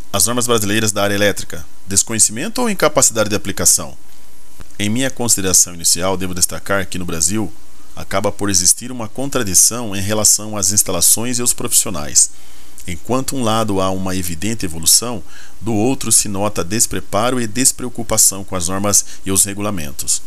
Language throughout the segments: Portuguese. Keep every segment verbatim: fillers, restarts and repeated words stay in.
As normas brasileiras da área elétrica, desconhecimento ou incapacidade de aplicação? Em minha consideração inicial, devo destacar que no Brasil acaba por existir uma contradição em relação às instalações e aos profissionais. Enquanto um lado há uma evidente evolução, do outro se nota despreparo e despreocupação com as normas e os regulamentos.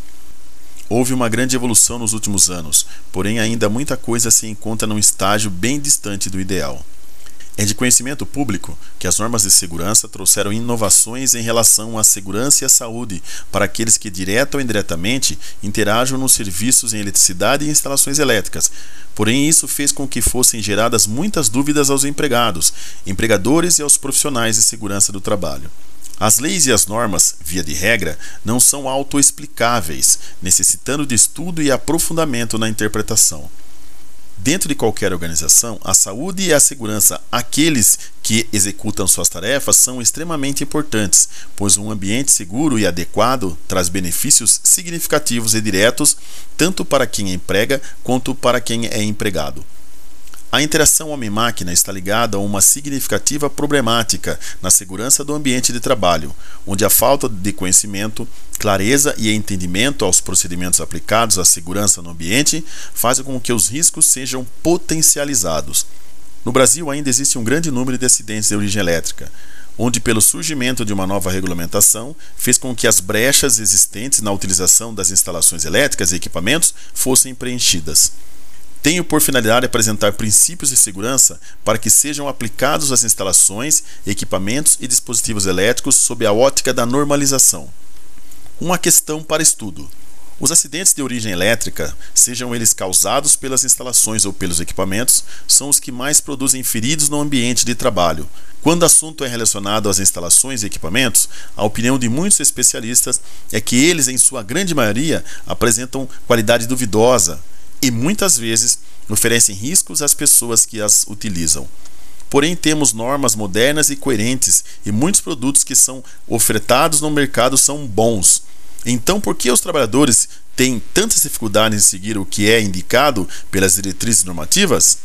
Houve uma grande evolução nos últimos anos, porém ainda muita coisa se encontra num estágio bem distante do ideal. É de conhecimento público que as normas de segurança trouxeram inovações em relação à segurança e à saúde para aqueles que, direta ou indiretamente, interajam nos serviços em eletricidade e instalações elétricas. Porém, isso fez com que fossem geradas muitas dúvidas aos empregados, empregadores e aos profissionais de segurança do trabalho. As leis e as normas, via de regra, não são autoexplicáveis, necessitando de estudo e aprofundamento na interpretação. Dentro de qualquer organização, a saúde e a segurança àqueles que executam suas tarefas são extremamente importantes, pois um ambiente seguro e adequado traz benefícios significativos e diretos tanto para quem emprega quanto para quem é empregado. A interação homem-máquina está ligada a uma significativa problemática na segurança do ambiente de trabalho, onde a falta de conhecimento, clareza e entendimento aos procedimentos aplicados à segurança no ambiente faz com que os riscos sejam potencializados. No Brasil ainda existe um grande número de acidentes de origem elétrica, onde pelo surgimento de uma nova regulamentação fez com que as brechas existentes na utilização das instalações elétricas e equipamentos fossem preenchidas. Tenho por finalidade apresentar princípios de segurança para que sejam aplicados às instalações, equipamentos e dispositivos elétricos sob a ótica da normalização. Uma questão para estudo. Os acidentes de origem elétrica, sejam eles causados pelas instalações ou pelos equipamentos, são os que mais produzem feridos no ambiente de trabalho. Quando o assunto é relacionado às instalações e equipamentos, a opinião de muitos especialistas é que eles, em sua grande maioria, apresentam qualidade duvidosa e muitas vezes oferecem riscos às pessoas que as utilizam. Porém, temos normas modernas e coerentes e muitos produtos que são ofertados no mercado são bons. Então, por que os trabalhadores têm tantas dificuldades em seguir o que é indicado pelas diretrizes normativas?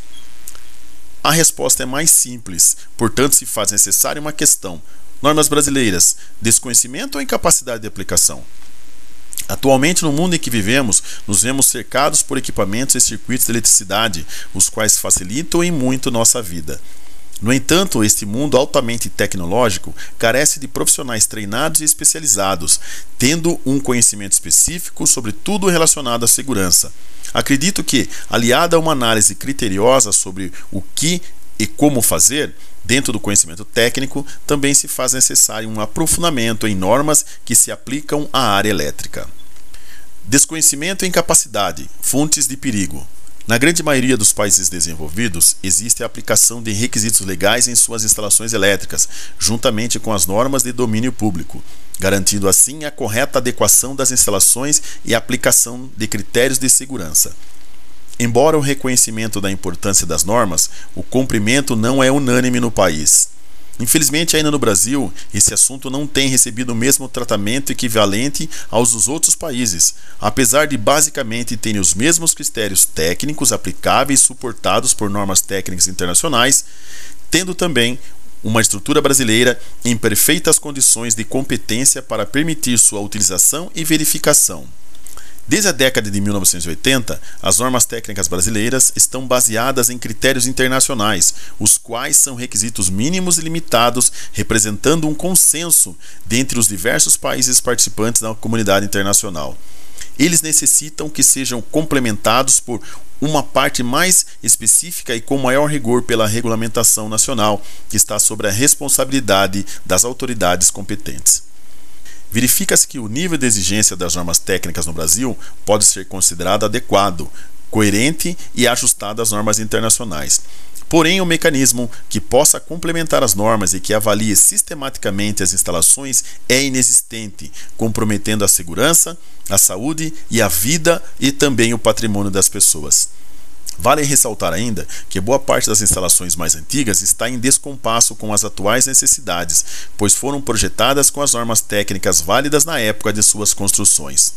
A resposta é mais simples, portanto se faz necessária uma questão. Normas brasileiras, desconhecimento ou incapacidade de aplicação? Atualmente, no mundo em que vivemos, nos vemos cercados por equipamentos e circuitos de eletricidade, os quais facilitam em muito nossa vida. No entanto, este mundo altamente tecnológico carece de profissionais treinados e especializados, tendo um conhecimento específico sobre tudo relacionado à segurança. Acredito que, aliada a uma análise criteriosa sobre o que e como fazer, dentro do conhecimento técnico, também se faz necessário um aprofundamento em normas que se aplicam à área elétrica. Desconhecimento e incapacidade, fontes de perigo. Na grande maioria dos países desenvolvidos, existe a aplicação de requisitos legais em suas instalações elétricas, juntamente com as normas de domínio público, garantindo assim a correta adequação das instalações e a aplicação de critérios de segurança. Embora o reconhecimento da importância das normas, o cumprimento não é unânime no país. Infelizmente, ainda no Brasil, esse assunto não tem recebido o mesmo tratamento equivalente aos dos outros países, apesar de basicamente terem os mesmos critérios técnicos aplicáveis suportados por normas técnicas internacionais, tendo também uma estrutura brasileira em perfeitas condições de competência para permitir sua utilização e verificação. Desde a década de mil novecentos e oitenta, as normas técnicas brasileiras estão baseadas em critérios internacionais, os quais são requisitos mínimos e limitados, representando um consenso dentre os diversos países participantes da comunidade internacional. Eles necessitam que sejam complementados por uma parte mais específica e com maior rigor pela regulamentação nacional, que está sob a responsabilidade das autoridades competentes. Verifica-se que o nível de exigência das normas técnicas no Brasil pode ser considerado adequado, coerente e ajustado às normas internacionais. Porém, um mecanismo que possa complementar as normas e que avalie sistematicamente as instalações é inexistente, comprometendo a segurança, a saúde e a vida e também o patrimônio das pessoas. Vale ressaltar ainda que boa parte das instalações mais antigas está em descompasso com as atuais necessidades, pois foram projetadas com as normas técnicas válidas na época de suas construções.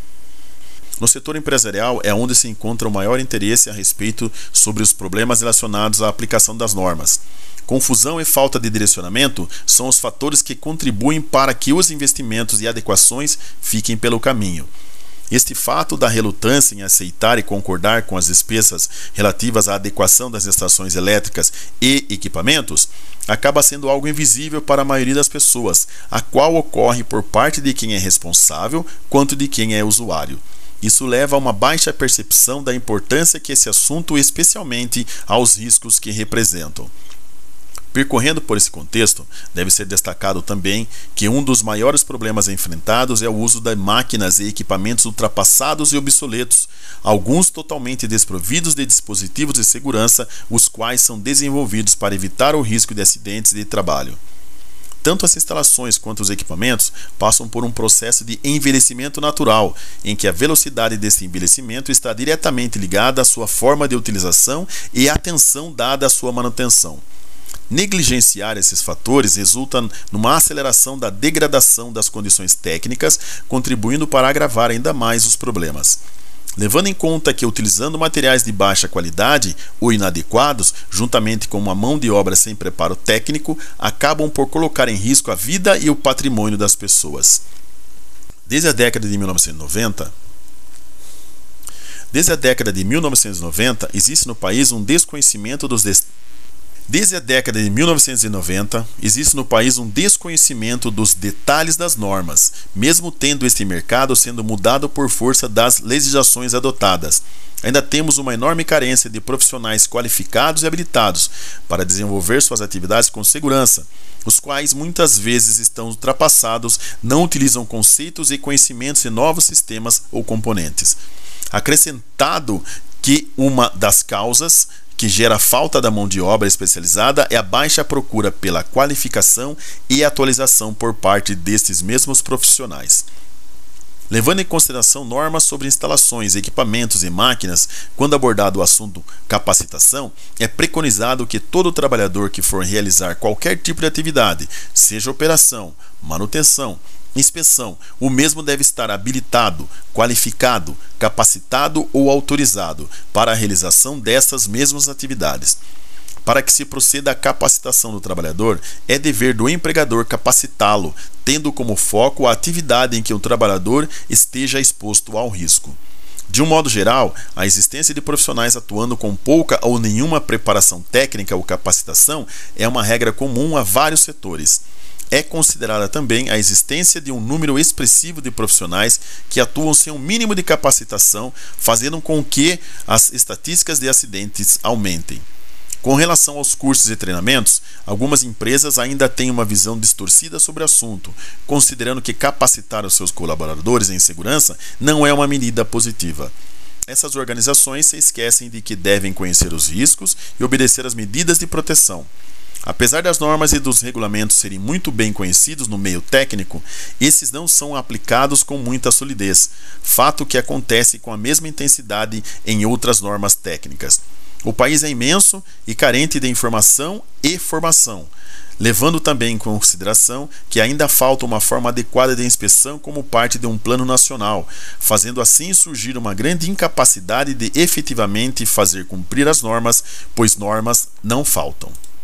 No setor empresarial é onde se encontra o maior interesse a respeito sobre os problemas relacionados à aplicação das normas. Confusão e falta de direcionamento são os fatores que contribuem para que os investimentos e adequações fiquem pelo caminho. Este fato da relutância em aceitar e concordar com as despesas relativas à adequação das estações elétricas e equipamentos acaba sendo algo invisível para a maioria das pessoas, a qual ocorre por parte de quem é responsável quanto de quem é usuário. Isso leva a uma baixa percepção da importância que esse assunto, especialmente aos riscos que representam. Percorrendo por esse contexto, deve ser destacado também que um dos maiores problemas enfrentados é o uso de máquinas e equipamentos ultrapassados e obsoletos, alguns totalmente desprovidos de dispositivos de segurança, os quais são desenvolvidos para evitar o risco de acidentes de trabalho. Tanto as instalações quanto os equipamentos passam por um processo de envelhecimento natural, em que a velocidade desse envelhecimento está diretamente ligada à sua forma de utilização e à atenção dada à sua manutenção. Negligenciar esses fatores resulta numa aceleração da degradação das condições técnicas, contribuindo para agravar ainda mais os problemas. Levando em conta que utilizando materiais de baixa qualidade ou inadequados, juntamente com uma mão de obra sem preparo técnico, acabam por colocar em risco a vida e o patrimônio das pessoas. Desde a década de mil novecentos e noventa, Desde a década de mil novecentos e noventa, existe no país um desconhecimento dos des... Desde a década de mil novecentos e noventa, existe no país um desconhecimento dos detalhes das normas, mesmo tendo este mercado sendo mudado por força das legislações adotadas. Ainda temos uma enorme carência de profissionais qualificados e habilitados para desenvolver suas atividades com segurança, os quais muitas vezes estão ultrapassados, não utilizam conceitos e conhecimentos de novos sistemas ou componentes. Acrescentado que uma das causas que gera a falta da mão de obra especializada é a baixa procura pela qualificação e atualização por parte destes mesmos profissionais. Levando em consideração normas sobre instalações, equipamentos e máquinas, quando abordado o assunto capacitação, é preconizado que todo trabalhador que for realizar qualquer tipo de atividade, seja operação, manutenção, inspeção, o mesmo deve estar habilitado, qualificado, capacitado ou autorizado para a realização dessas mesmas atividades. Para que se proceda à capacitação do trabalhador, é dever do empregador capacitá-lo, tendo como foco a atividade em que o trabalhador esteja exposto ao risco. De um modo geral, a existência de profissionais atuando com pouca ou nenhuma preparação técnica ou capacitação é uma regra comum a vários setores. É considerada também a existência de um número expressivo de profissionais que atuam sem um mínimo de capacitação, fazendo com que as estatísticas de acidentes aumentem. Com relação aos cursos e treinamentos, algumas empresas ainda têm uma visão distorcida sobre o assunto, considerando que capacitar os seus colaboradores em segurança não é uma medida positiva. Essas organizações se esquecem de que devem conhecer os riscos e obedecer às medidas de proteção. Apesar das normas e dos regulamentos serem muito bem conhecidos no meio técnico, esses não são aplicados com muita solidez, fato que acontece com a mesma intensidade em outras normas técnicas. O país é imenso e carente de informação e formação, levando também em consideração que ainda falta uma forma adequada de inspeção como parte de um plano nacional, fazendo assim surgir uma grande incapacidade de efetivamente fazer cumprir as normas, pois normas não faltam.